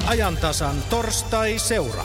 ajantasan torstai-seura.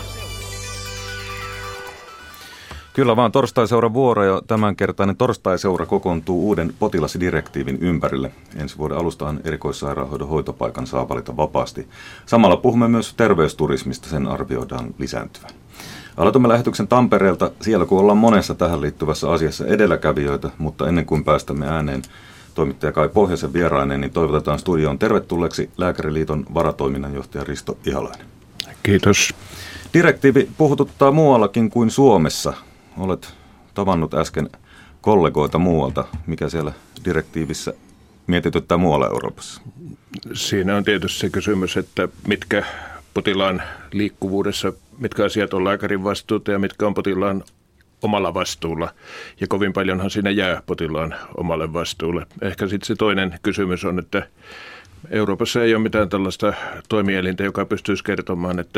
Kyllä vaan torstai-seuran vuoro ja tämänkertainen torstai-seura kokoontuu uuden potilasdirektiivin ympärille. Ensi vuoden alustahan erikoissairaanhoidon hoitopaikan saa valita vapaasti. Samalla puhumme myös terveysturismista, sen arvioidaan lisääntyvän. Aloitamme lähetyksen Tampereelta, siellä kun ollaan monessa tähän liittyvässä asiassa edelläkävijöitä, mutta ennen kuin päästämme ääneen toimittaja Kai Pohjasen vieraineen, niin toivotetaan studioon tervetulleeksi Lääkäriliiton varatoiminnanjohtaja Risto Ihalainen. Kiitos. Direktiivi puhututtaa muuallakin kuin Suomessa. Olet tavannut äsken kollegoita muualta. Mikä siellä direktiivissä mietityttää muualla Euroopassa? Siinä on tietysti se kysymys, että mitkä potilaan liikkuvuudessa, mitkä asiat on lääkärin vastuuta ja mitkä on potilaan omalla vastuulla. Ja kovin paljonhan siinä jää potilaan omalle vastuulle. Ehkä sitten se toinen kysymys on, että Euroopassa ei ole mitään tällaista toimielintä, joka pystyisi kertomaan, että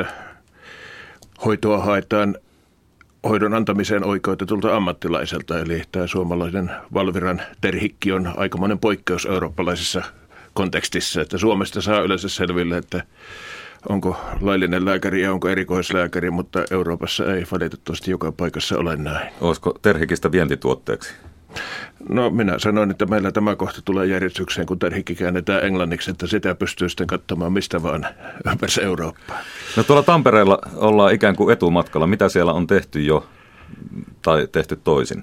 hoitoa haetaan hoidon antamiseen oikeutetulta ammattilaiselta. Eli tämä suomalainen Valviran terhikki on aikamoinen poikkeus eurooppalaisessa kontekstissa, että Suomesta saa yleensä selville, että onko laillinen lääkäri ja onko erikoislääkäri, mutta Euroopassa ei valitettavasti joka paikassa ole näin. Olisiko terhikistä vientituotteeksi? No minä sanoin, että meillä tämä kohta tulee järjestykseen, kun terhikki käännetään englanniksi, että sitä pystyy sitten katsomaan mistä vaan ympäri Eurooppaa. No tuolla Tampereella ollaan ikään kuin etumatkalla. Mitä siellä on tehty jo tai tehty toisin?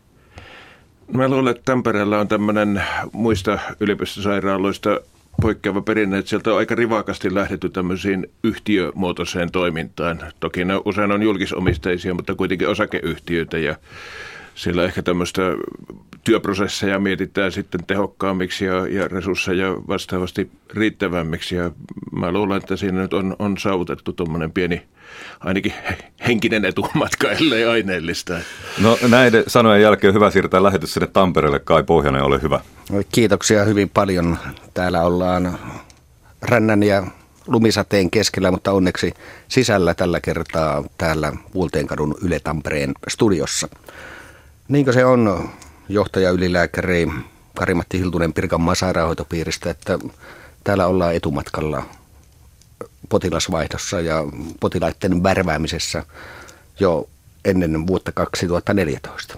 Mä luulen, että Tampereella on tämmöinen muista yliopistosairaaloista poikkeava perinne, että sieltä on aika rivakasti lähdetty tämmöisiin yhtiömuotoiseen toimintaan. Toki ne usein on julkisomisteisia, mutta kuitenkin osakeyhtiöitä ja siellä ehkä tämmöistä työprosesseja mietitään sitten tehokkaammiksi ja resursseja vastaavasti riittävämmiksi. Ja mä luulen, että siinä nyt on saavutettu tuommoinen pieni, ainakin henkinen etumatka, ellei aineellista. No näiden sanojen jälkeen on hyvä siirtää lähetys sinne Tampereelle. Kai Pohjanen, ole hyvä. Kiitoksia hyvin paljon. Täällä ollaan rännän ja lumisateen keskellä, mutta onneksi sisällä tällä kertaa täällä Vuolteenkadun Yle Tampereen studiossa. Niinkö se on, johtaja ylilääkäri Kari-Matti Hiltunen Pirkanmaan sairaanhoitopiiristä, että täällä ollaan etumatkalla potilasvaihdossa ja potilaiden värväämisessä jo ennen vuotta 2014?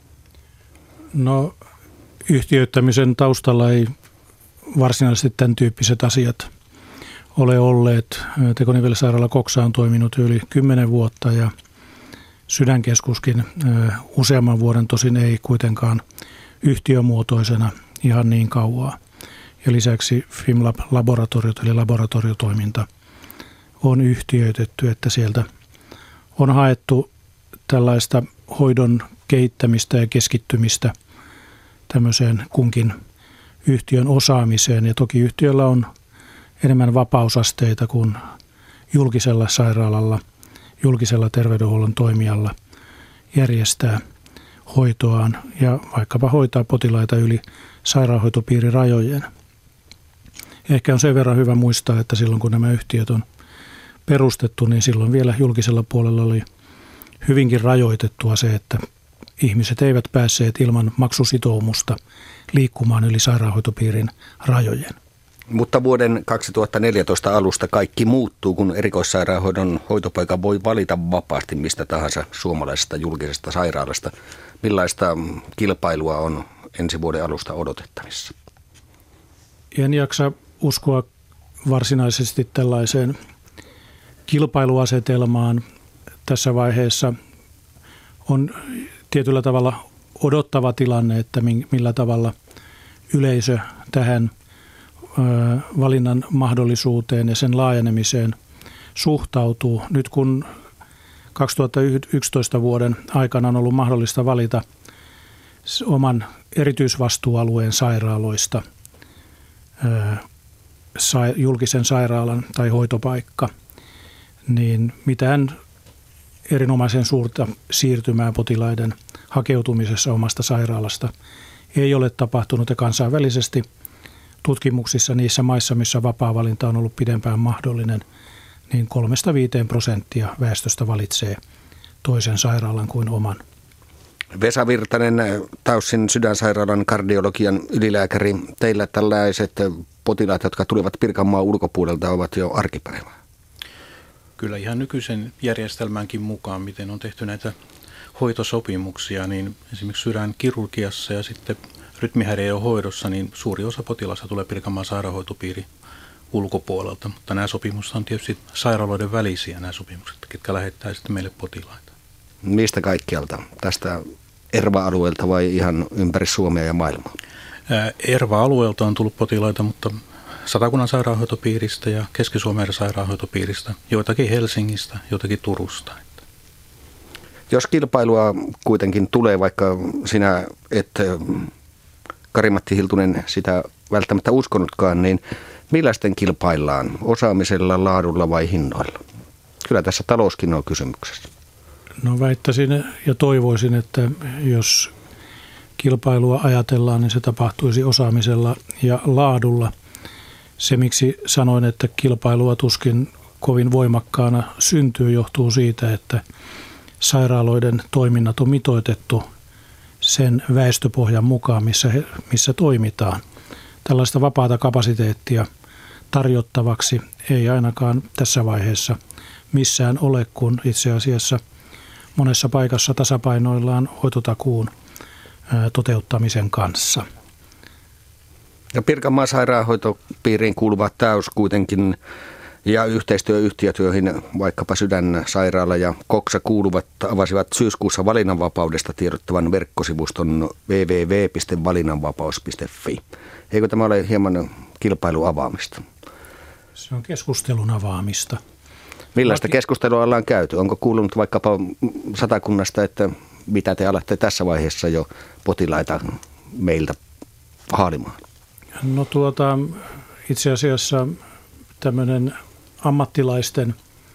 No yhtiöittämisen taustalla ei varsinaisesti tämän tyyppiset asiat ole olleet. Tekonivelsairaala Koksa on toiminut yli 10 vuotta ja Sydänkeskuskin useamman vuoden, tosin ei kuitenkaan yhtiömuotoisena ihan niin kauaa. Ja lisäksi FimLab-laboratoriot eli laboratoriotoiminta on yhtiöitetty, että sieltä on haettu tällaista hoidon kehittämistä ja keskittymistä tämmöiseen kunkin yhtiön osaamiseen. Ja toki yhtiöllä on enemmän vapausasteita kuin julkisella sairaalalla, julkisella terveydenhuollon toimijalla järjestää hoitoaan ja vaikkapa hoitaa potilaita yli sairaanhoitopiirin rajojen. Ehkä on sen verran hyvä muistaa, että silloin kun nämä yhtiöt on perustettu, niin silloin vielä julkisella puolella oli hyvinkin rajoitettua se, että ihmiset eivät päässeet ilman maksusitoumusta liikkumaan yli sairaanhoitopiirin rajojen. Mutta vuoden 2014 alusta kaikki muuttuu, kun erikoissairaanhoidon hoitopaikan voi valita vapaasti mistä tahansa suomalaisesta julkisesta sairaalasta. Millaista kilpailua on ensi vuoden alusta odotettavissa? En jaksa uskoa varsinaisesti tällaiseen kilpailuasetelmaan. Tässä vaiheessa on tietyllä tavalla odottava tilanne, että millä tavalla yleisö tähän valinnan mahdollisuuteen ja sen laajenemiseen suhtautuu. Nyt kun 2011 vuoden aikana on ollut mahdollista valita oman erityisvastuualueen sairaaloista julkisen sairaalan tai hoitopaikka, niin mitään erinomaisen suurta siirtymää potilaiden hakeutumisessa omasta sairaalasta ei ole tapahtunut ja kansainvälisesti tutkimuksissa niissä maissa, missä vapaa-valinta on ollut pidempään mahdollinen, niin 3-5% väestöstä valitsee toisen sairaalan kuin oman. Vesa Virtanen, TAYSin sydänsairaalan kardiologian ylilääkäri. Teillä tällaiset potilaat, jotka tulevat Pirkanmaan ulkopuolelta, ovat jo arkipäivää. Kyllä ihan nykyisen järjestelmänkin mukaan, miten on tehty näitä hoitosopimuksia, niin esimerkiksi sydänkirurgiassa ja sitten rytmihäiriöiden hoidossa, niin suuri osa potilasta tulee Pirkanmaan sairaanhoitopiiri ulkopuolelta, mutta nämä sopimukset on tietysti sairaaloiden välisiä nämä sopimukset, ketkä lähettää sitten meille potilaita. Mistä kaikkialta? Tästä ERVA-alueelta vai ihan ympäri Suomea ja maailmaa? ERVA-alueelta on tullut potilaita, mutta Satakunnan sairaanhoitopiiristä ja Keski-Suomen sairaanhoitopiiristä, joitakin Helsingistä, joitakin Turusta. Jos kilpailua kuitenkin tulee, vaikka sinä et, Kari-Matti Hiltunen, sitä välttämättä uskonutkaan, niin millaisten kilpaillaan? Osaamisella, laadulla vai hinnoilla? Kyllä tässä talouskin on kysymyksessä. No väittäisin ja toivoisin, että jos kilpailua ajatellaan, niin se tapahtuisi osaamisella ja laadulla. Se, miksi sanoin, että kilpailua tuskin kovin voimakkaana syntyy, johtuu siitä, että sairaaloiden toiminnat on mitoitettu sen väestöpohjan mukaan, missä toimitaan. Tällaista vapaata kapasiteettia tarjottavaksi ei ainakaan tässä vaiheessa missään ole, kun itse asiassa monessa paikassa tasapainoillaan hoitotakuun toteuttamisen kanssa. Ja Pirkanmaan sairaanhoitopiiriin kuuluva TAYS kuitenkin ja yhteistyöyhtiöt, joihin vaikkapa Sydänsairaala ja Coxa kuuluvat, avasivat syyskuussa valinnanvapaudesta tiedottavan verkkosivuston www.valinnanvapaus.fi. Eikö tämä ole hieman kilpailun avaamista? Se on keskustelun avaamista. Millaista keskustelua ollaan käyty? Onko kuulunut vaikkapa Satakunnasta, että mitä te alatte tässä vaiheessa jo potilaita meiltä haalimaan? No itse asiassa tämmöinen ammattilaisten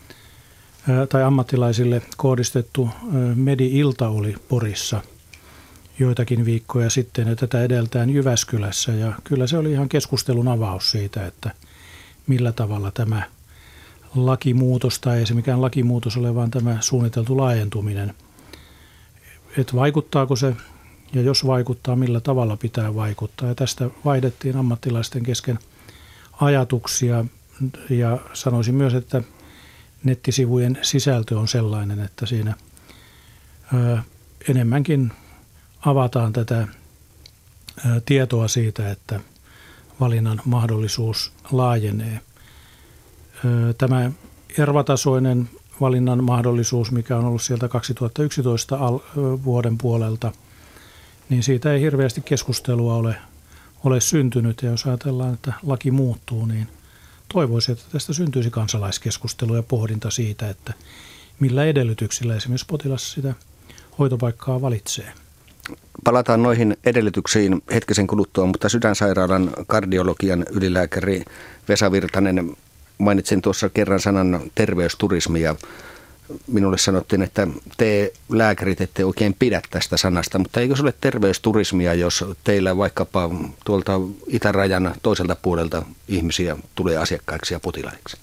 tai ammattilaisille kohdistettu Medi-ilta oli Porissa joitakin viikkoja sitten ja tätä edeltään Jyväskylässä. Ja kyllä se oli ihan keskustelun avaus siitä, että millä tavalla tämä lakimuutos, tai ei se mikään lakimuutos ole, vaan tämä suunniteltu laajentuminen, että vaikuttaako se ja jos vaikuttaa, millä tavalla pitää vaikuttaa. Ja tästä vaihdettiin ammattilaisten kesken ajatuksia ja sanoisin myös, että nettisivujen sisältö on sellainen, että siinä enemmänkin avataan tätä tietoa siitä, että valinnan mahdollisuus laajenee. Tämä ERVA-tasoinen valinnan mahdollisuus, mikä on ollut sieltä 2011 vuoden puolelta, niin siitä ei hirveästi keskustelua ole syntynyt. Ja jos ajatellaan, että laki muuttuu, niin toivoisin, että tästä syntyisi kansalaiskeskustelu ja pohdinta siitä, että millä edellytyksillä esimerkiksi potilas sitä hoitopaikkaa valitsee. Palataan noihin edellytyksiin hetkisen kuluttua, mutta Sydänsairaalan kardiologian ylilääkäri Vesa Virtanen, mainitsin tuossa kerran sanan terveysturismi ja minulle sanottiin, että te lääkärit ette oikein pidä tästä sanasta, mutta eikö se ole terveysturismia, jos teillä vaikkapa tuolta itärajan toiselta puolelta ihmisiä tulee asiakkaiksi ja potilaiksi?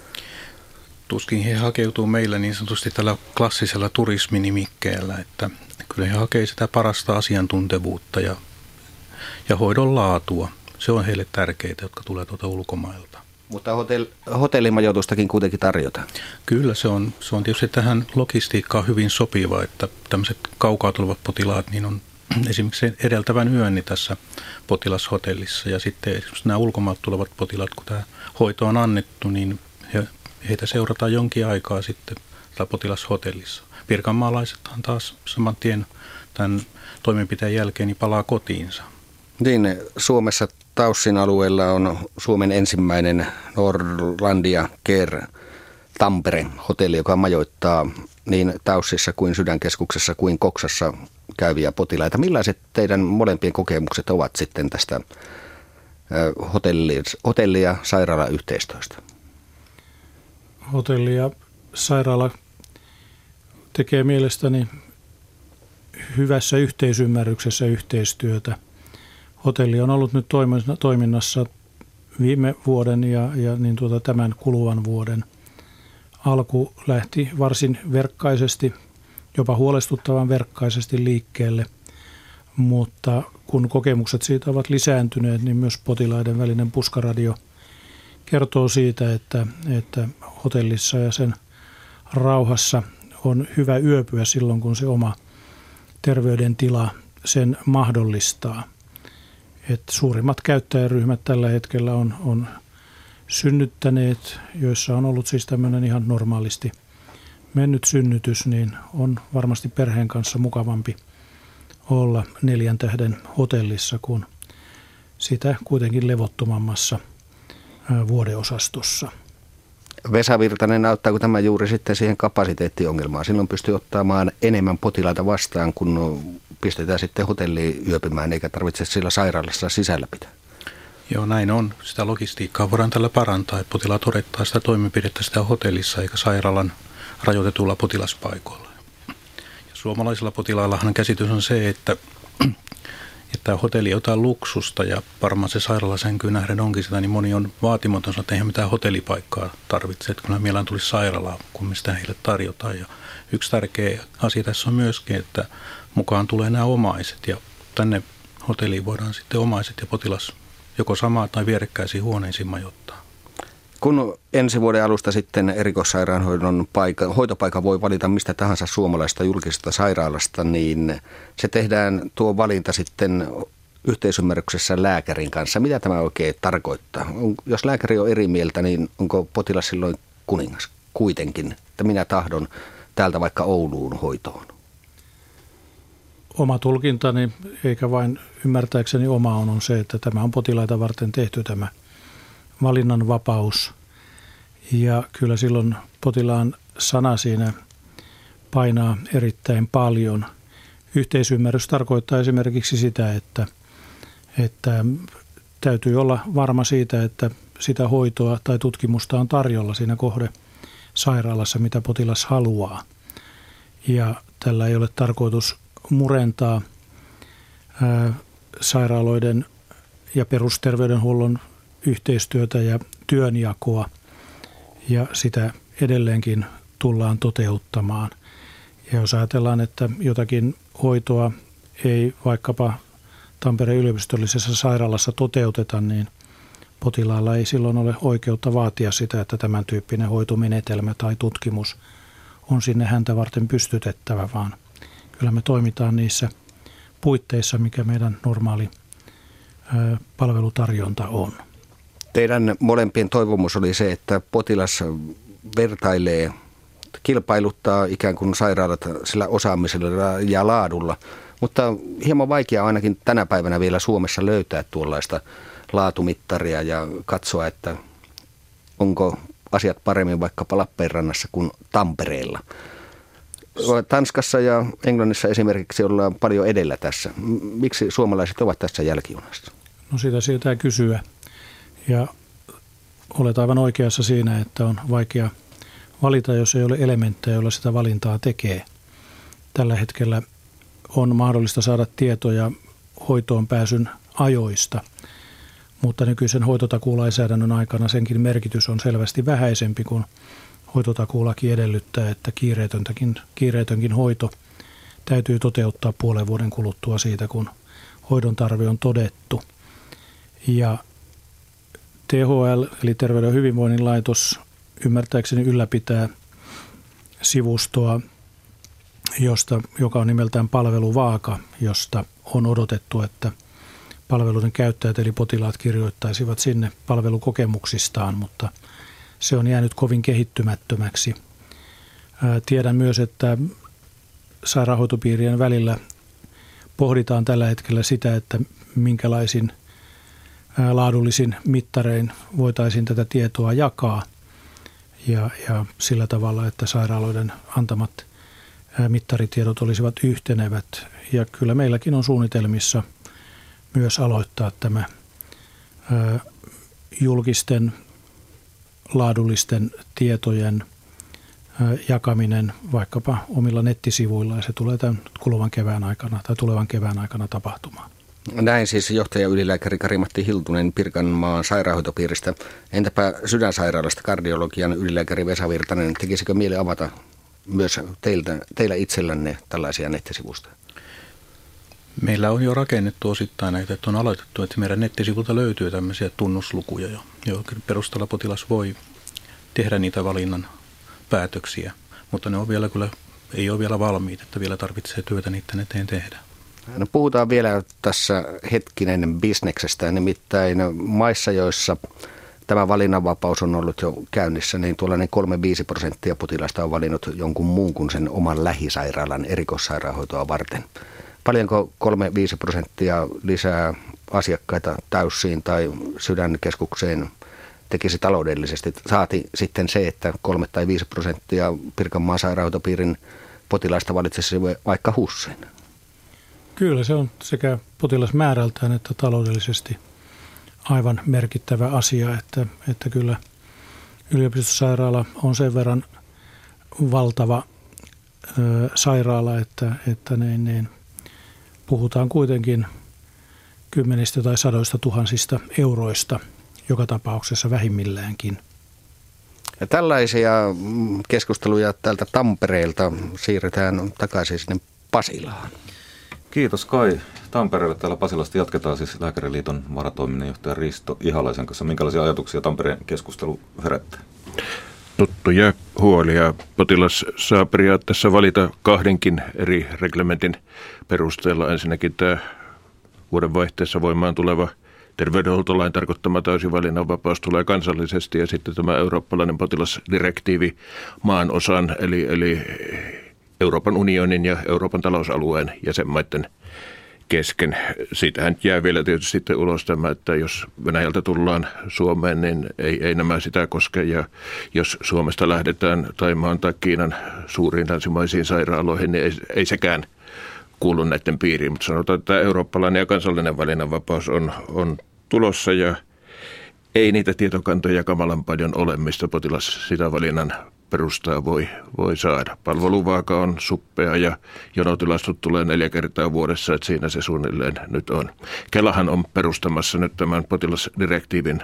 Tuskin he hakeutuu meillä niin sanotusti tällä klassisella turisminimikkeellä, että kyllä he hakee sitä parasta asiantuntevuutta ja hoidon laatua. Se on heille tärkeää, jotka tulee tuolta ulkomailta. Mutta hotellimajoitustakin kuitenkin tarjotaan. Kyllä, se on tietysti tähän logistiikkaan hyvin sopiva, että tämmöiset kaukaa tulevat potilaat, niin on esimerkiksi edeltävän yönni tässä potilashotellissa. Ja sitten esimerkiksi nämä ulkomailta tulevat potilaat, kun tämä hoito on annettu, niin heitä seurataan jonkin aikaa sitten potilashotellissa. Pirkanmaalaisethan taas saman tien tämän toimenpiteen jälkeen niin palaa kotiinsa. Niin, Suomessa TAYSin alueella on Suomen ensimmäinen Norlandia Care Tampere hotelli, joka majoittaa niin TAYSissa kuin Sydänkeskuksessa kuin Coxassa käyviä potilaita. Millaiset teidän molempien kokemukset ovat sitten tästä hotelli- ja sairaalayhteistyöstä? Hotelli ja sairaala tekee mielestäni hyvässä yhteisymmärryksessä yhteistyötä. Hotelli on ollut nyt toiminnassa viime vuoden ja tämän kuluvan vuoden. Alku lähti varsin verkkaisesti, jopa huolestuttavan verkkaisesti liikkeelle, mutta kun kokemukset siitä ovat lisääntyneet, niin myös potilaiden välinen puskaradio kertoo siitä, että hotellissa ja sen rauhassa. On hyvä yöpyä silloin, kun se oma terveydentila sen mahdollistaa. Et suurimmat käyttäjäryhmät tällä hetkellä on synnyttäneet, joissa on ollut siis tämmöinen ihan normaalisti mennyt synnytys, niin on varmasti perheen kanssa mukavampi olla 4 tähden hotellissa kuin sitä kuitenkin levottomammassa vuodeosastossa. Vesa Virtanen, auttaako tämä juuri sitten siihen kapasiteettiongelmaan? Silloin pystyy ottamaan enemmän potilaita vastaan, kun pistetään sitten hotelliin yöpymään, eikä tarvitse sillä sairaalassa sisällä pitää. Joo, näin on. Sitä logistiikkaa voidaan tällä parantaa, että potilaat odottaa sitä toimenpidettä sitä hotellissa eikä sairaalan rajoitetulla potilaspaikoilla. Ja suomalaisilla potilaillahan käsitys on se, että hotelli on jotain luksusta ja varmaan se sairaalasänkyyn nähden onkin sitä, niin moni on vaatimaton, että eihän mitään hotellipaikkaa tarvitse, että kun mielään tulisi sairaalaa, kun me sitä heille tarjotaan. Ja yksi tärkeä asia tässä on myöskin, että mukaan tulee nämä omaiset ja tänne hotelliin voidaan sitten omaiset ja potilas joko samaa tai vierekkäisiin huoneisiin majoittaa. Kun ensi vuoden alusta sitten erikoissairaanhoidon hoitopaikan voi valita mistä tahansa suomalaisesta julkisesta sairaalasta, niin se tehdään tuo valinta sitten yhteisymmärryksessä lääkärin kanssa. Mitä tämä oikein tarkoittaa? Jos lääkäri on eri mieltä, niin onko potilas silloin kuningas kuitenkin, että minä tahdon täältä vaikka Ouluun hoitoon? Oma tulkintani, eikä vain ymmärtääkseni oma on se, että tämä on potilaita varten tehty tämä valinnanvapaus. Ja kyllä silloin potilaan sana siinä painaa erittäin paljon. Yhteisymmärrys tarkoittaa esimerkiksi sitä, että täytyy olla varma siitä, että sitä hoitoa tai tutkimusta on tarjolla siinä kohdesairaalassa, mitä potilas haluaa. Ja tällä ei ole tarkoitus murentaa sairaaloiden ja perusterveydenhuollon yhteistyötä ja työnjakoa, ja sitä edelleenkin tullaan toteuttamaan. Ja jos ajatellaan, että jotakin hoitoa ei vaikkapa Tampereen yliopistollisessa sairaalassa toteuteta, niin potilaalla ei silloin ole oikeutta vaatia sitä, että tämän tyyppinen hoitomenetelmä tai tutkimus on sinne häntä varten pystytettävä, vaan kyllä me toimitaan niissä puitteissa, mikä meidän normaali palvelutarjonta on. Teidän molempien toivomus oli se, että potilas vertailee, kilpailuttaa ikään kuin sairaalat sillä osaamisella ja laadulla, mutta hieman vaikea ainakin tänä päivänä vielä Suomessa löytää tuollaista laatumittaria ja katsoa, että onko asiat paremmin vaikkapa Lappeenrannassa kuin Tampereella. Tanskassa ja Englannissa esimerkiksi ollaan paljon edellä tässä. Miksi suomalaiset ovat tässä jälkijunassa? No sitä sietää kysyä. Ja olet aivan oikeassa siinä, että on vaikea valita, jos ei ole elementtejä, joilla sitä valintaa tekee. Tällä hetkellä on mahdollista saada tietoja hoitoon pääsyn ajoista, mutta nykyisen hoitotakuulainsäädännön aikana senkin merkitys on selvästi vähäisempi, kun hoitotakuulaki edellyttää, että kiireetönkin hoito täytyy toteuttaa puolen vuoden kuluttua siitä, kun hoidon tarve on todettu. Ja THL, eli Terveyden ja hyvinvoinnin laitos, ymmärtääkseni ylläpitää sivustoa, joka on nimeltään Palveluvaaka, josta on odotettu, että palveluiden käyttäjät eli potilaat kirjoittaisivat sinne palvelukokemuksistaan, mutta se on jäänyt kovin kehittymättömäksi. Tiedän myös, että sairaanhoitopiirien välillä pohditaan tällä hetkellä sitä, että minkälaisin laadullisin mittarein voitaisiin tätä tietoa jakaa ja sillä tavalla, että sairaaloiden antamat mittaritiedot olisivat yhtenevät. Ja kyllä meilläkin on suunnitelmissa myös aloittaa tämä julkisten laadullisten tietojen jakaminen vaikkapa omilla nettisivuilla, ja se tulee tämän tulevan kevään aikana tapahtumaan. Näin siis johtaja ylilääkäri Kari-Matti Hiltunen Pirkanmaan sairaanhoitopiiristä. Entäpä Sydänsairaalasta kardiologian ylilääkäri Vesa Virtanen, tekisikö mieli avata myös teillä itsellänne tällaisia nettisivustoja? Meillä on jo rakennettu osittain näitä, että on aloitettu, että meidän nettisivulta löytyy tämmöisiä tunnuslukuja, joiden perusteella potilas voi tehdä niitä valinnan päätöksiä. mutta ne on vielä kyllä, ei ole vielä valmiit, että vielä tarvitsee työtä niiden eteen tehdä. No puhutaan vielä tässä hetkinen bisneksestä, nimittäin maissa, joissa tämä valinnanvapaus on ollut jo käynnissä, niin tuollainen 3-5% potilaista on valinnut jonkun muun kuin sen oman lähisairaalan erikoissairaanhoitoa varten. Paljonko 3-5% lisää asiakkaita täyssiin tai sydänkeskukseen tekisi taloudellisesti? Saati sitten se, että 3 tai 5% Pirkanmaan sairaanhoitopiirin potilaista valitsisi vaikka HUSin. Kyllä se on sekä potilasmäärältään että taloudellisesti aivan merkittävä asia, että kyllä yliopistosairaala on sen verran valtava sairaala, että puhutaan kuitenkin kymmenistä tai sadoista tuhansista euroista joka tapauksessa vähimmilläänkin. Ja tällaisia keskusteluja täältä Tampereelta siirretään takaisin sinne Pasilaan. Kiitos Kai. Tampereelle täällä Pasilasta jatketaan siis Lääkäriliiton varatoiminnanjohtaja Risto Ihalaisen kanssa. Minkälaisia ajatuksia Tampereen keskustelu herättää? Tuttuja huolia. Potilas saa periaatteessa valita 2 eri reglementin perusteella. Ensinnäkin tämä vuodenvaihteessa voimaan tuleva terveydenhuoltolain tarkoittama täysi valinnanvapaus tulee kansallisesti ja sitten tämä eurooppalainen potilasdirektiivi maan osan eli Euroopan unionin ja Euroopan talousalueen jäsenmaiden kesken. Siitähän jää vielä tietysti sitten ulos tämä, että jos Venäjältä tullaan Suomeen, niin ei nämä sitä koske. Ja jos Suomesta lähdetään Thaimaan tai Kiinan suuriin länsimaisiin sairaaloihin, niin ei sekään kuulu näiden piiriin. Mutta sanotaan, että eurooppalainen ja kansallinen valinnanvapaus on tulossa ja ei niitä tietokantoja kamalan paljon ole, mistä potilas sitä valinnan perustaa voi saada. Palveluvaaka on suppea ja jonotilastot tulee 4 kertaa vuodessa, että siinä se suunnilleen nyt on. Kelahan on perustamassa nyt tämän potilasdirektiivin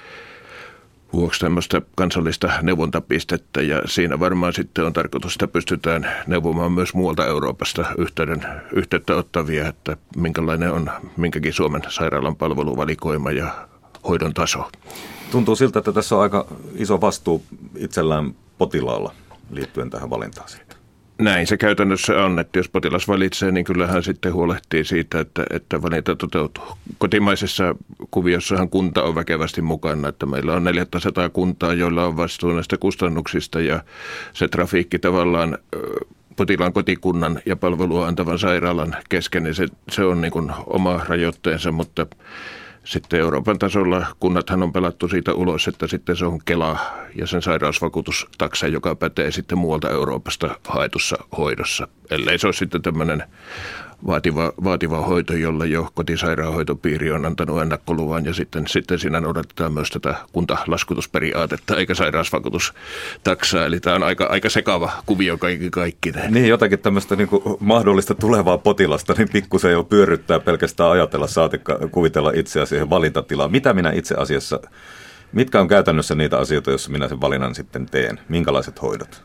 vuoksi tämmöistä kansallista neuvontapistettä ja siinä varmaan sitten on tarkoitus, että pystytään neuvomaan myös muualta Euroopasta yhteyttä ottavia, että minkälainen on minkäkin Suomen sairaalan palveluvalikoima ja hoidon taso. Tuntuu siltä, että tässä on aika iso vastuu itsellään potilaalla liittyen tähän valintaan siitä. Näin se käytännössä on, että jos potilas valitsee, niin kyllähän sitten huolehtii siitä, että valinta toteutuu. Kotimaisessa kuviossahan kunta on väkevästi mukana, että meillä on 400 kuntaa, joilla on vastuu näistä kustannuksista ja se trafiikki tavallaan potilaan kotikunnan ja palvelua antavan sairaalan kesken, niin se on niin kuin oma rajoitteensa, mutta sitten Euroopan tasolla kunnathan on pelattu siitä ulos, että sitten se on Kela ja sen sairausvakuutustaksa, joka pätee sitten muualta Euroopasta haetussa hoidossa. Ellei se ole sitten tämmöinen vaativa hoito, jolla jo kotisairaanhoitopiiri on antanut ennakkoluvan ja sitten siinä noudatetaan myös tätä kuntalaskutusperiaatetta eikä sairausvakuutustaksaa. Eli tämä on aika sekava kuvio kaikki. Niin, jotakin tämmöistä niin kuin mahdollista tulevaa potilasta, niin pikkusen jo pyörryttää pelkästään ajatella, saatikka kuvitella itseä siihen valintatilaan. Mitä minä itse asiassa, mitkä on käytännössä niitä asioita, joissa minä sen valinnan sitten teen? Minkälaiset hoidot?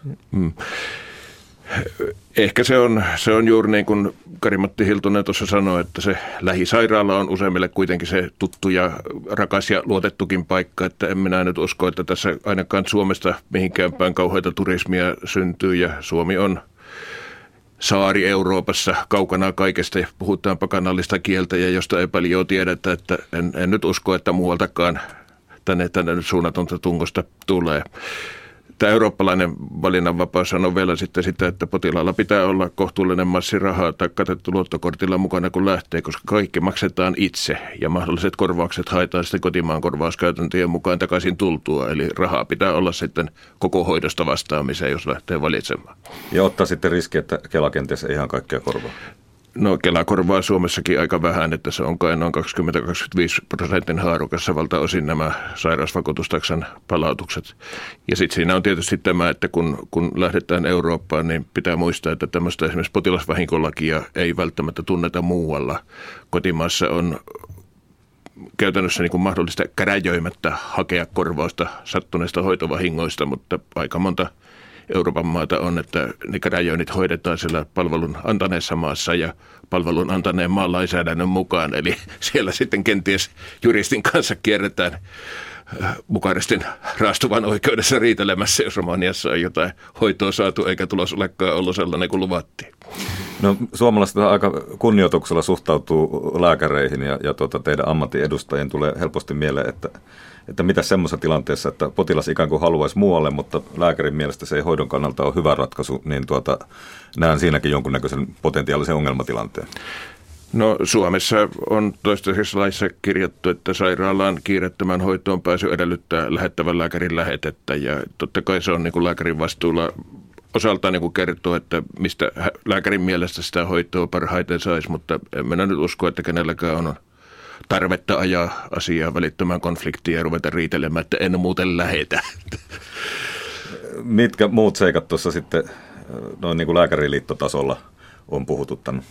Ehkä se on juuri niin kuin Kari-Matti Hiltunen tuossa sanoi, että se lähisairaala on useimmille kuitenkin se tuttu ja rakas ja luotettukin paikka, että en minä nyt usko, että tässä ainakaan Suomesta mihinkään päin kauheita turismia syntyy ja Suomi on saari Euroopassa kaukana kaikesta ja puhutaan pakanallista kieltä ja josta ei paljon tiedetä, että en nyt usko, että muualtakaan tänne nyt suunnatonta tungosta tulee. Tämä eurooppalainen valinnanvapaus on vielä sitten sitä, että potilaalla pitää olla kohtuullinen massi rahaa tai katettu luottokortilla mukana kun lähtee, koska kaikki maksetaan itse ja mahdolliset korvaukset haetaan sitten kotimaan korvauskäytäntöjen mukaan takaisin tultua. Eli rahaa pitää olla sitten koko hoidosta vastaamiseen, jos lähtee valitsemaan. Ja ottaa sitten riski, että Kela kenties ei ihan kaikkea korvaa. No Kela korvaa Suomessakin aika vähän, että se on kai noin 20-25% haarukassa valtaosin nämä sairausvakuutustaksan palautukset. Ja sitten siinä on tietysti tämä, että kun lähdetään Eurooppaan, niin pitää muistaa, että tämmöistä esimerkiksi potilasvahinkolakia ei välttämättä tunneta muualla. Kotimaassa on käytännössä niin kuin mahdollista käräjöimättä hakea korvausta sattuneista hoitovahingoista, mutta aika monta Euroopan maata on, että ne käräjöinnit hoidetaan siellä palvelun antaneessa maassa ja palvelun antaneen maan lainsäädännön mukaan. Eli siellä sitten kenties juristin kanssa kierretään Bukarestin raastuvan oikeudessa riitelemässä, jos Romaniassa on jotain hoitoa saatu, eikä tulos olekaan ollut sellainen kuin luvattiin. No, suomalaiset aika kunnioituksella suhtautuu lääkäreihin ja teidän ammatin edustajien tulee helposti mieleen, että mitä semmoisessa tilanteessa, että potilas ikään kuin haluaisi muualle, mutta lääkärin mielestä se ei hoidon kannalta ole hyvä ratkaisu, niin näen siinäkin jonkunnäköisen potentiaalisen ongelmatilanteen. No, Suomessa on toistaiseksi laissa kirjattu, että sairaalaan kiireettömän hoitoon pääsy edellyttää lähettävän lääkärin lähetettä, ja totta kai se on niin kuin lääkärin vastuulla osaltaan niin kuin kertoo, että mistä lääkärin mielestä sitä hoitoa parhaiten saisi, mutta en minä nyt usko, että kenelläkään on tarvetta ajaa asiaa välittömään konfliktiin ja ruveta riitelemään, että en muuten lähetä. Mitkä muut seikat tuossa sitten noin niin kuin lääkäriliittotasolla on puhututtanut?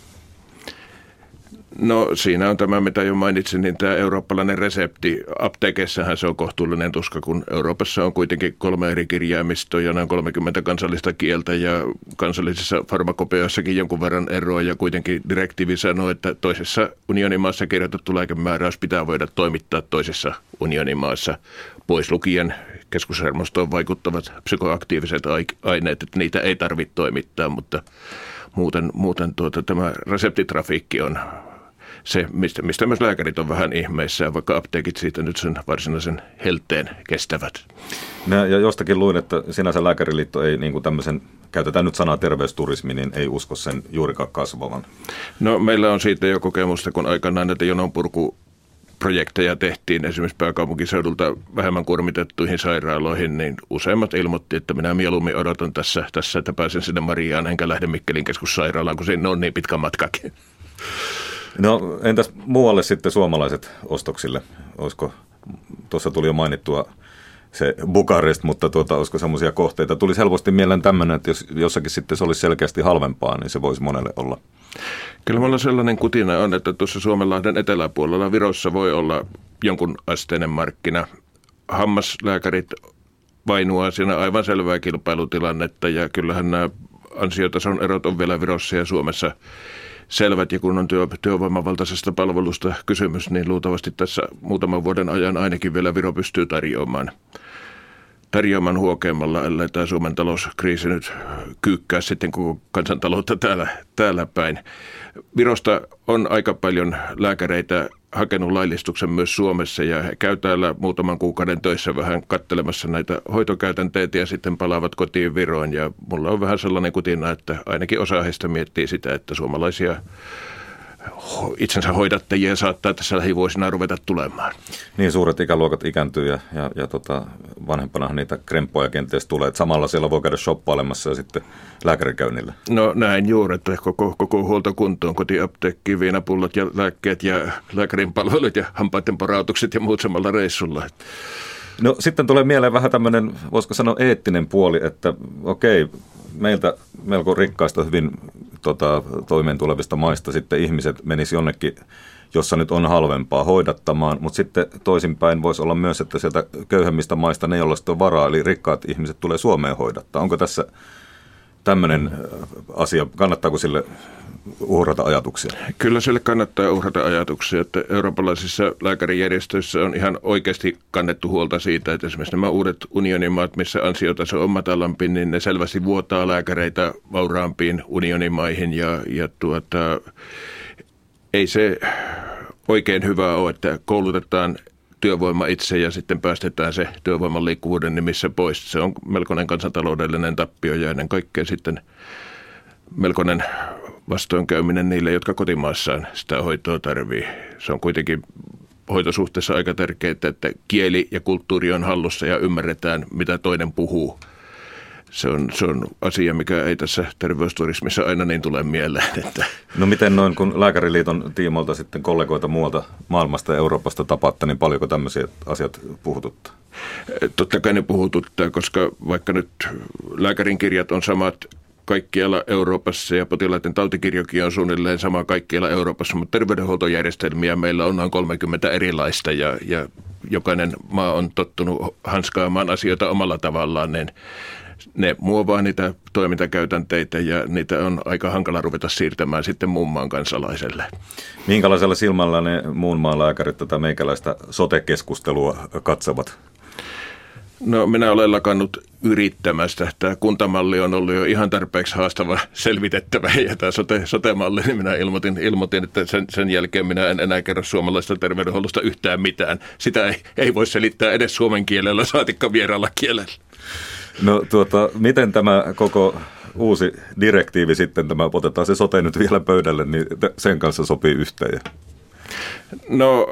No, siinä on tämä, mitä jo mainitsin, niin tämä eurooppalainen resepti. Apteekissahan se on kohtuullinen tuska, kun Euroopassa on kuitenkin 3 eri kirjaimistoa ja noin 30 kansallista kieltä ja kansallisissa farmakopeoissakin jonkun verran eroa, ja kuitenkin direktiivi sanoo, että toisessa unionimaassa kirjoitettu lääkemääräys pitää voida toimittaa toisessa unionimaassa, pois lukien keskushermostoon vaikuttavat psykoaktiiviset aineet, että niitä ei tarvitse toimittaa, mutta muuten tämä reseptitrafiikki on se, mistä myös lääkärit on vähän ihmeissään, vaikka apteekit siitä nyt sen varsinaisen helteen kestävät. Ja jostakin luin, että sinänsä Lääkäriliitto ei niin kuin tämmöisen, käytetään nyt sanaa terveysturismi, niin ei usko sen juurikaan kasvavan. No, meillä on siitä jo kokemusta, kun aikanaan näitä jononpurkuprojekteja tehtiin esimerkiksi pääkaupunkiseudulta vähemmän kuormitettuihin sairaaloihin, niin useimmat ilmoitti, että minä mieluummin odotan tässä, että pääsen sinne Mariaan enkä lähde Mikkelin keskussairaalaan, kun sinne on niin pitkä matkakin. No, entäs muualle sitten suomalaiset ostoksille? Olisiko, tuossa tuli jo mainittua se Bukarest, mutta olisiko semmoisia kohteita? Tulisi helposti mieleen tämmöinen, että jos jossakin sitten se olisi selkeästi halvempaa, niin se voisi monelle olla. Kyllä minulla sellainen kutina on, että tuossa Suomenlahden eteläpuolella Virossa voi olla jonkun asteinen markkina. Hammaslääkärit vainuaa siinä aivan selvää kilpailutilannetta, ja kyllähän nämä ansiotason erot on vielä Virossa ja Suomessa selvät, ja kun on työvoimavaltaisesta palvelusta kysymys, niin luultavasti tässä muutaman vuoden ajan ainakin vielä Viro pystyy tarjoamaan huokeammalla, ellei tämä Suomen talouskriisi nyt kyykkää sitten koko kansantaloutta täällä päin. Virosta on aika paljon lääkäreitä hakenut laillistuksen myös Suomessa, ja he käy täällä muutaman kuukauden töissä vähän katselemassa näitä hoitokäytänteitä ja sitten palaavat kotiin Viroon. Ja mulla on vähän sellainen kutina, että ainakin osa heistä miettii sitä, että suomalaisia itsensä hoidattajia saattaa tässä lähivuosina ruveta tulemaan. Niin, suuret ikäluokat ikääntyy ja vanhempana niitä kremppoja kenties tulee. Että samalla siellä voi käydä shoppailemassa ja sitten lääkärikäynnillä. No näin juuri, että koko huoltokuntoon, kotiapteekkiin, viinapullot ja lääkkeet ja lääkärin palvelut ja hampaiden porautukset ja muut samalla reissulla. No sitten tulee mieleen vähän tämmöinen, voisiko sanoa eettinen puoli, että okei, meiltä melko rikkaista hyvin toimeen tulevista maista sitten ihmiset menis jonnekin, jossa nyt on halvempaa hoidattamaan, mutta sitten toisinpäin voisi olla myös, että sieltä köyhemmistä maista ne, joilla sitten on varaa, eli rikkaat ihmiset tulee Suomeen hoidattaa. Onko tässä tämmöinen asia, kannattaako sille uhrata ajatuksia? Kyllä sille kannattaa uhrata ajatuksia, että eurooppalaisissa lääkärijärjestöissä on ihan oikeasti kannettu huolta siitä, että esimerkiksi nämä uudet unionimaat, missä ansiotaso on matalampi, niin ne selvästi vuotaa lääkäreitä vauraampiin unionimaihin ja ei se oikein hyvä ole, että koulutetaan työvoima itse ja sitten päästetään se työvoiman liikkuvuuden nimissä pois. Se on melkoinen kansantaloudellinen tappio ja ennen kaikkea sitten melkoinen vastoinkäyminen niille, jotka kotimaassaan sitä hoitoa tarvii. Se on kuitenkin hoitosuhteessa aika tärkeää, että kieli ja kulttuuri on hallussa ja ymmärretään, mitä toinen puhuu. Se on asia, mikä ei tässä terveysturismissa aina niin tule mieleen. Että. No miten noin, kun Lääkäriliiton tiimoilta sitten kollegoita muualta maailmasta ja Euroopasta tapaatte, niin paljonko tämmöisiä asiat puhututtaa? Totta kai ne puhututtaa, koska vaikka nyt lääkärin kirjat on samat kaikkialla Euroopassa ja potilaiden tautikirjokin on suunnilleen sama kaikkialla Euroopassa, mutta terveydenhuoltojärjestelmiä meillä on noin 30 erilaista ja jokainen maa on tottunut hanskaamaan asioita omalla tavallaan, niin ne muovaa niitä toimintakäytänteitä ja niitä on aika hankala ruveta siirtämään sitten muun maan kansalaiselle. Minkälaisella silmällä ne muun maan lääkärit tätä meikäläistä sote-keskustelua katsovat? No minä olen lakannut yrittämästä. Tämä kuntamalli on ollut jo ihan tarpeeksi haastava selvitettävä ja tämä sote-malli, niin minä ilmoitin, että sen jälkeen minä en enää kerro suomalaisesta terveydenhuollosta yhtään mitään. Sitä ei voi selittää edes suomen kielellä, saatikka vieraalla kielellä. No miten tämä koko uusi direktiivi sitten, otetaan se sote nyt vielä pöydälle, niin sen kanssa sopii yhteen? No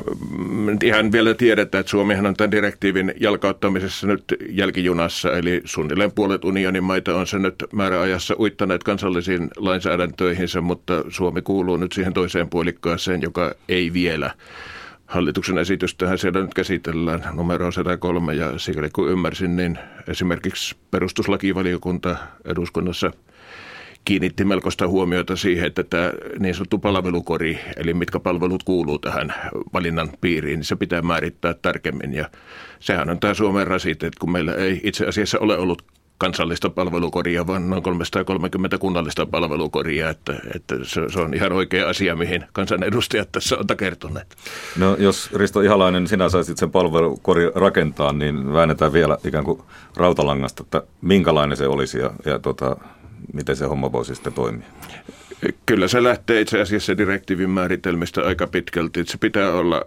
ihan vielä tiedetään, että Suomihan on tämän direktiivin jalkauttamisessa nyt jälkijunassa, eli suunnilleen puolet unionin maita on se nyt määräajassa uittaneet kansallisiin lainsäädäntöihinsä, mutta Suomi kuuluu nyt siihen toiseen puolikkaaseen, joka ei vielä. Hallituksen esitystähän siellä nyt käsitellään numero 103 ja sikäli kun ymmärsin, niin esimerkiksi perustuslakivaliokunta eduskunnassa kiinnitti melkoista huomiota siihen, että tämä niin sanottu palvelukori, eli mitkä palvelut kuuluu tähän valinnan piiriin, niin se pitää määrittää tarkemmin. Ja sehän on tämä Suomen rasite, että kun meillä ei itse asiassa ole ollut kansallista palvelukoria, vaan noin 330 kunnallista palvelukoria, että se on ihan oikea asia, mihin kansanedustajat tässä on takertuneet. No jos Risto Ihalainen, sinä saisit sen palvelukori rakentaa, niin väännetään vielä ikään kuin rautalangasta, että minkälainen se olisi ja miten se homma voisi sitten toimia? Kyllä se lähtee itse asiassa direktiivin määritelmistä aika pitkälti. Että se pitää olla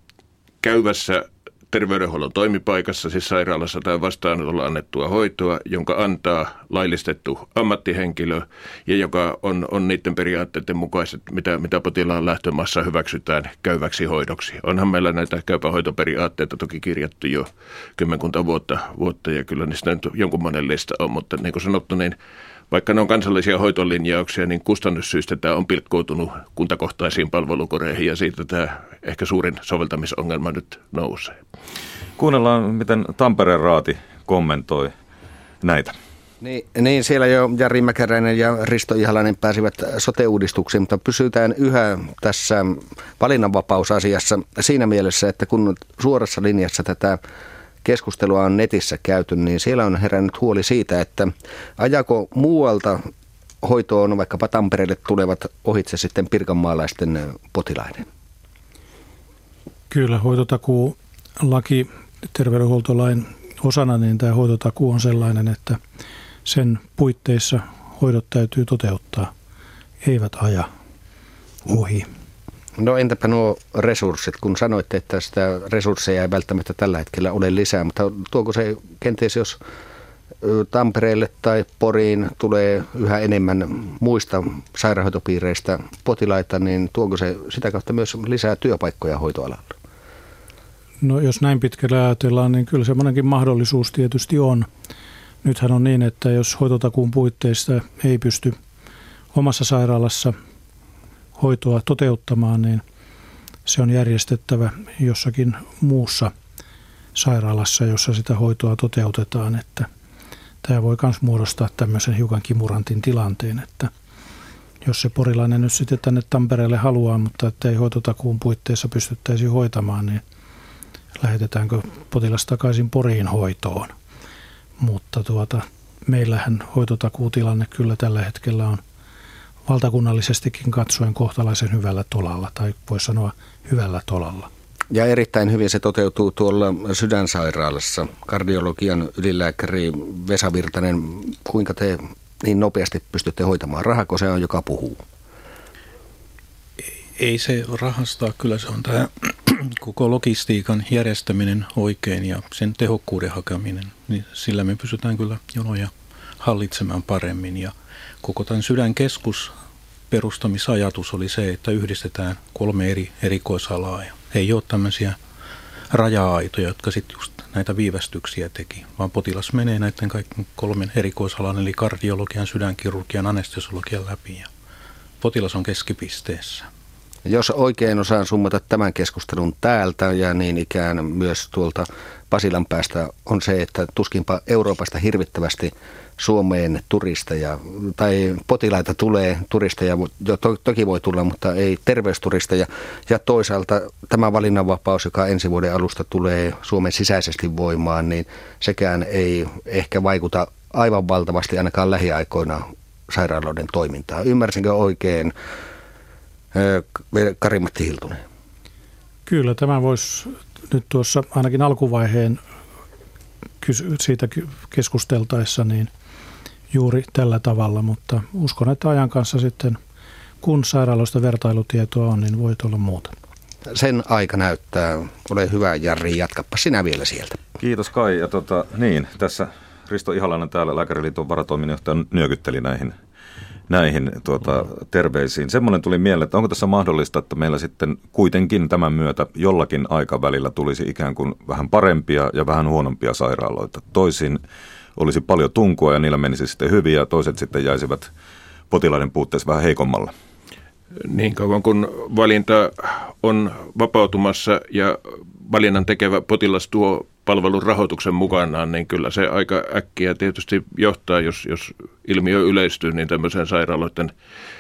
käyvässä terveydenhuollon toimipaikassa, siis sairaalassa tai vastaanotolla annettua hoitoa, jonka antaa laillistettu ammattihenkilö ja joka on niiden periaatteiden mukaiset, mitä potilaan lähtömaassa hyväksytään käyväksi hoidoksi. Onhan meillä näitä käypähoitoperiaatteita toki kirjattu jo 10 vuotta ja kyllä niistä nyt jonkunmoinen lista on, mutta niin kuin sanottu, niin vaikka ne on kansallisia hoitolinjauksia, niin kustannussyistä tämä on pilkkoutunut kuntakohtaisiin palvelukoreihin ja siitä tämä ehkä suurin soveltamisongelma nyt nousee. Kuunnellaan, miten Tampereen raati kommentoi näitä. Niin, siellä jo Jari Mäkäräinen ja Risto Ihalainen pääsivät sote-uudistuksiin, mutta pysytään yhä tässä valinnanvapausasiassa siinä mielessä, että kun suorassa linjassa tätä keskustelua on netissä käyty, niin siellä on herännyt huoli siitä, että ajako muualta hoitoon vaikkapa Tampereelle tulevat ohitse sitten pirkanmaalaisten potilaiden? Kyllä, hoitotakuulaki terveydenhuoltolain osana, niin tämä hoitotakuu on sellainen, että sen puitteissa hoidot täytyy toteuttaa, eivät aja ohi. No entäpä nuo resurssit, kun sanoitte, että sitä resursseja ei välttämättä tällä hetkellä ole lisää, mutta tuoko se kenties, jos Tampereelle tai Poriin tulee yhä enemmän muista sairaanhoitopiireistä potilaita, niin tuoko se sitä kautta myös lisää työpaikkoja hoitoalalla? No jos näin pitkällä ajatellaan, niin kyllä semmoinenkin mahdollisuus tietysti on. Nythän on niin, että jos hoitotakuun puitteista ei pysty omassa sairaalassa hoitoa toteuttamaan, niin se on järjestettävä jossakin muussa sairaalassa, jossa sitä hoitoa toteutetaan. Että tämä voi myös muodostaa tämmöisen hiukan kimurantin tilanteen, että jos se porilainen nyt sitten tänne Tampereelle haluaa, mutta että ei hoitotakuun puitteissa pystyttäisi hoitamaan, niin lähetetäänkö potilas takaisin Poriin hoitoon. Mutta meillähän hoitotakuutilanne kyllä tällä hetkellä on valtakunnallisestikin katsoen kohtalaisen hyvällä tolalla, tai voisi sanoa hyvällä tolalla. Ja erittäin hyvin se toteutuu tuolla Sydänsairaalassa. Kardiologian ylilääkäri Vesa Virtanen, kuinka te niin nopeasti pystytte hoitamaan? Rahako se on, joka puhuu? Ei se rahastaa, kyllä se on tämä koko logistiikan järjestäminen oikein ja sen tehokkuuden hakeminen. Niin sillä me pystytään kyllä jonoja hallitsemaan paremmin ja koko tämän Sydänkeskus perustamisajatus oli se, että yhdistetään 3 eri erikoisalaa ja ei ole tämmöisiä raja-aitoja, jotka sitten just näitä viivästyksiä teki, vaan potilas menee näiden kaikkien 3 erikoisalan eli kardiologian, sydänkirurgian, anestesiologian läpi ja potilas on keskipisteessä. Jos oikein osaan summata tämän keskustelun täältä ja niin ikään myös tuolta Pasilan päästä on se, että tuskinpa Euroopasta hirvittävästi Suomeen turisteja tai potilaita tulee, turisteja toki voi tulla, mutta ei terveysturisteja. Ja toisaalta tämä valinnanvapaus, joka ensi vuoden alusta tulee Suomen sisäisesti voimaan, niin sekään ei ehkä vaikuta aivan valtavasti ainakaan lähiaikoina sairaaloiden toimintaa. Ymmärsinkö oikein, Kari-Matti Hiltunen? Kyllä, tämä voisi nyt tuossa ainakin alkuvaiheen siitä keskusteltaessa niin juuri tällä tavalla, mutta uskon, että ajan kanssa sitten, kun sairaaloista vertailutietoa on, niin voi olla muuta. Sen aika näyttää. Ole hyvä, Jari, jatkappa sinä vielä sieltä. Kiitos Kai. Ja tässä Risto Ihalainen täällä Lääkäriliiton varatoiminnanjohtaja nyökytteli näihin terveisiin. Semmoinen tuli mieleen, että onko tässä mahdollista, että meillä sitten kuitenkin tämän myötä jollakin aikavälillä tulisi ikään kuin vähän parempia ja vähän huonompia sairaaloita. Toisin olisi paljon tunkua ja niillä menisi sitten hyvin ja toiset sitten jäisivät potilaiden puutteessa vähän heikommalle. Niin kauan kun valinta on vapautumassa ja valinnan tekevä potilas tuo palvelun rahoituksen mukanaan, niin kyllä se aika äkkiä tietysti johtaa, jos ilmiö yleistyy, niin tämmöiseen sairaaloiden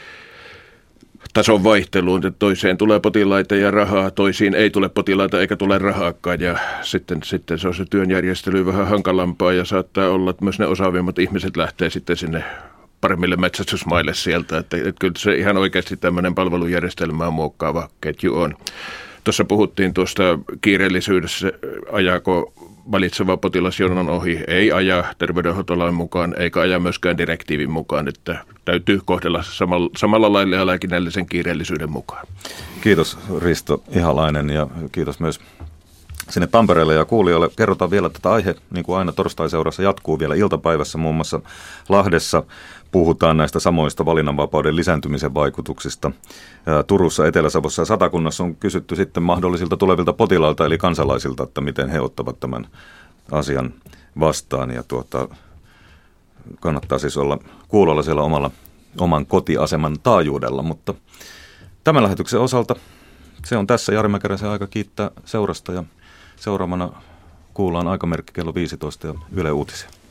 tason vaihteluun, että toiseen tulee potilaita ja rahaa, toisiin ei tule potilaita eikä tule rahaakaan ja sitten se on se työnjärjestely vähän hankalampaa ja saattaa olla, että myös ne osaavimmat ihmiset lähtee sitten sinne paremmille metsästysmaille sieltä, että kyllä se ihan oikeasti tämmöinen palvelujärjestelmää muokkaava ketju on. Tuossa puhuttiin tuosta kiireellisyydessä, ajaako valitseva potilas jonon ohi, ei aja terveydenhuoltolain mukaan, eikä aja myöskään direktiivin mukaan, että täytyy kohdella samalla lailla ja lääkinnällisen kiireellisyyden mukaan. Kiitos Risto Ihalainen ja kiitos myös sinne Tampereelle ja kuulijoille. Kerrotaan vielä tätä aihe, niin kuin aina torstaiseurassa jatkuu vielä iltapäivässä, muun muassa Lahdessa puhutaan näistä samoista valinnanvapauden lisääntymisen vaikutuksista. Turussa, Etelä-Savossa ja Satakunnassa on kysytty sitten mahdollisilta tulevilta potilailta eli kansalaisilta, että miten he ottavat tämän asian vastaan. Ja kannattaa siis olla kuulolla siellä oman kotiaseman taajuudella, mutta tämän lähetyksen osalta se on tässä. Jari Mäkäräisen aika kiittää seurasta ja seuraavana kuullaan aikamerkki kello 15 ja Yle Uutisia.